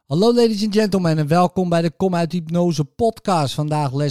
Hallo ladies and gentlemen en welkom bij de Kom uit Hypnose podcast. Vandaag les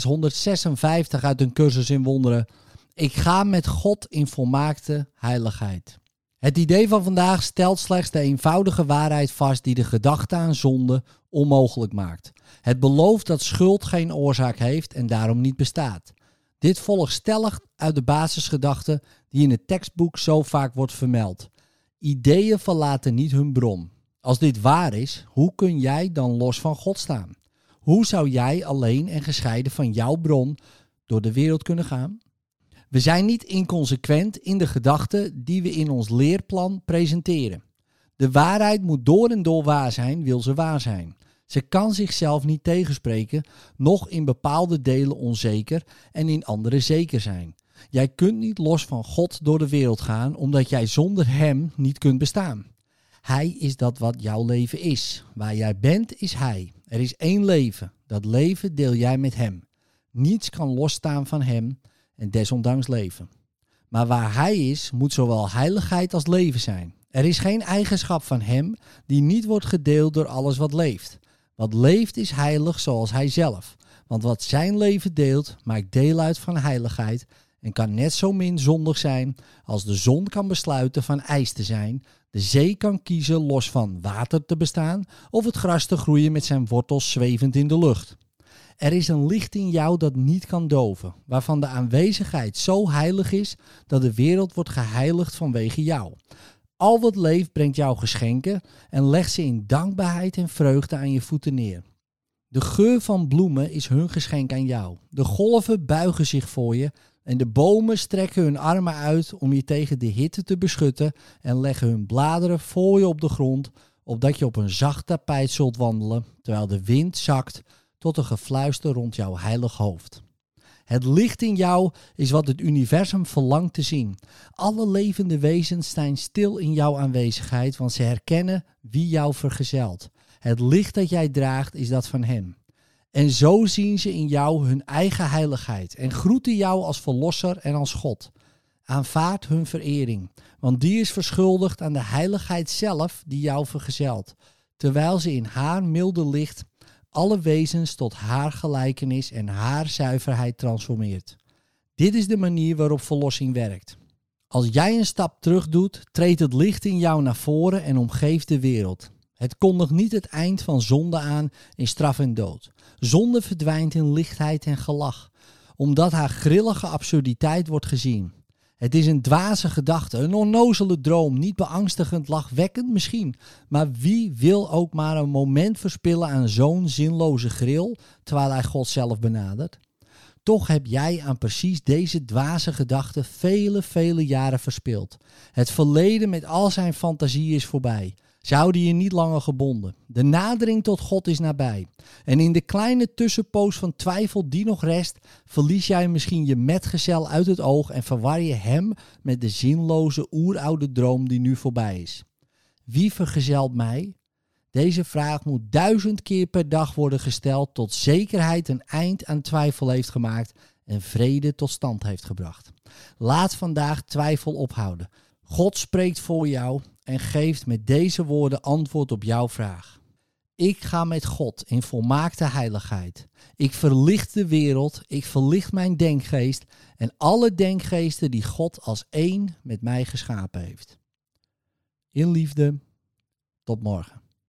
156 uit een cursus in wonderen. Ik ga met God in volmaakte heiligheid. Het idee van vandaag stelt slechts de eenvoudige waarheid vast die de gedachte aan zonde onmogelijk maakt. Het belooft dat schuld geen oorzaak heeft en daarom niet bestaat. Dit volgt stellig uit de basisgedachte die in het tekstboek zo vaak wordt vermeld. Ideeën verlaten niet hun bron. Als dit waar is, hoe kun jij dan los van God staan? Hoe zou jij alleen en gescheiden van jouw bron door de wereld kunnen gaan? We zijn niet inconsequent in de gedachten die we in ons leerplan presenteren. De waarheid moet door en door waar zijn, wil ze waar zijn. Ze kan zichzelf niet tegenspreken, noch in bepaalde delen onzeker en in andere zeker zijn. Jij kunt niet los van God door de wereld gaan, omdat jij zonder Hem niet kunt bestaan. Hij is dat wat jouw leven is. Waar jij bent, is Hij. Er is één leven. Dat leven deel jij met Hem. Niets kan losstaan van Hem en desondanks leven. Maar waar Hij is, moet zowel heiligheid als leven zijn. Er is geen eigenschap van Hem die niet wordt gedeeld door alles wat leeft. Wat leeft is heilig zoals Hij zelf. Want wat zijn leven deelt, maakt deel uit van heiligheid en kan net zo min zondig zijn als de zon kan besluiten van ijs te zijn, de zee kan kiezen los van water te bestaan of het gras te groeien met zijn wortels zwevend in de lucht. Er is een licht in jou dat niet kan doven, waarvan de aanwezigheid zo heilig is dat de wereld wordt geheiligd vanwege jou. Al wat leeft brengt jou geschenken en legt ze in dankbaarheid en vreugde aan je voeten neer. De geur van bloemen is hun geschenk aan jou. De golven buigen zich voor je en de bomen strekken hun armen uit om je tegen de hitte te beschutten en leggen hun bladeren voor je op de grond, opdat je op een zacht tapijt zult wandelen, terwijl de wind zakt tot een gefluister rond jouw heilig hoofd. Het licht in jou is wat het universum verlangt te zien. Alle levende wezens staan stil in jouw aanwezigheid, want ze herkennen wie jou vergezelt. Het licht dat jij draagt is dat van Hem. En zo zien ze in jou hun eigen heiligheid en groeten jou als verlosser en als God. Aanvaard hun verering, want die is verschuldigd aan de heiligheid zelf die jou vergezelt, terwijl ze in haar milde licht alle wezens tot haar gelijkenis en haar zuiverheid transformeert. Dit is de manier waarop verlossing werkt. Als jij een stap terug doet, treedt het licht in jou naar voren en omgeeft de wereld. Het kondigt niet het eind van zonde aan in straf en dood. Zonde verdwijnt in lichtheid en gelach, omdat haar grillige absurditeit wordt gezien. Het is een dwaze gedachte, een onnozele droom, niet beangstigend, lachwekkend misschien. Maar wie wil ook maar een moment verspillen aan zo'n zinloze gril, terwijl hij God zelf benadert? Toch heb jij aan precies deze dwaze gedachte vele jaren verspild. Het verleden met al zijn fantasie is voorbij. Ze houden je niet langer gebonden. De nadering tot God is nabij. En in de kleine tussenpoos van twijfel die nog rest, verlies jij misschien je metgezel uit het oog en verwar je Hem met de zinloze oeroude droom die nu voorbij is. Wie vergezelt mij? Deze vraag moet 1000 keer per dag worden gesteld tot zekerheid een eind aan twijfel heeft gemaakt en vrede tot stand heeft gebracht. Laat vandaag twijfel ophouden. God spreekt voor jou en geeft met deze woorden antwoord op jouw vraag. Ik ga met God in volmaakte heiligheid. Ik verlicht de wereld, ik verlicht mijn denkgeest en alle denkgeesten die God als één met mij geschapen heeft. In liefde, tot morgen.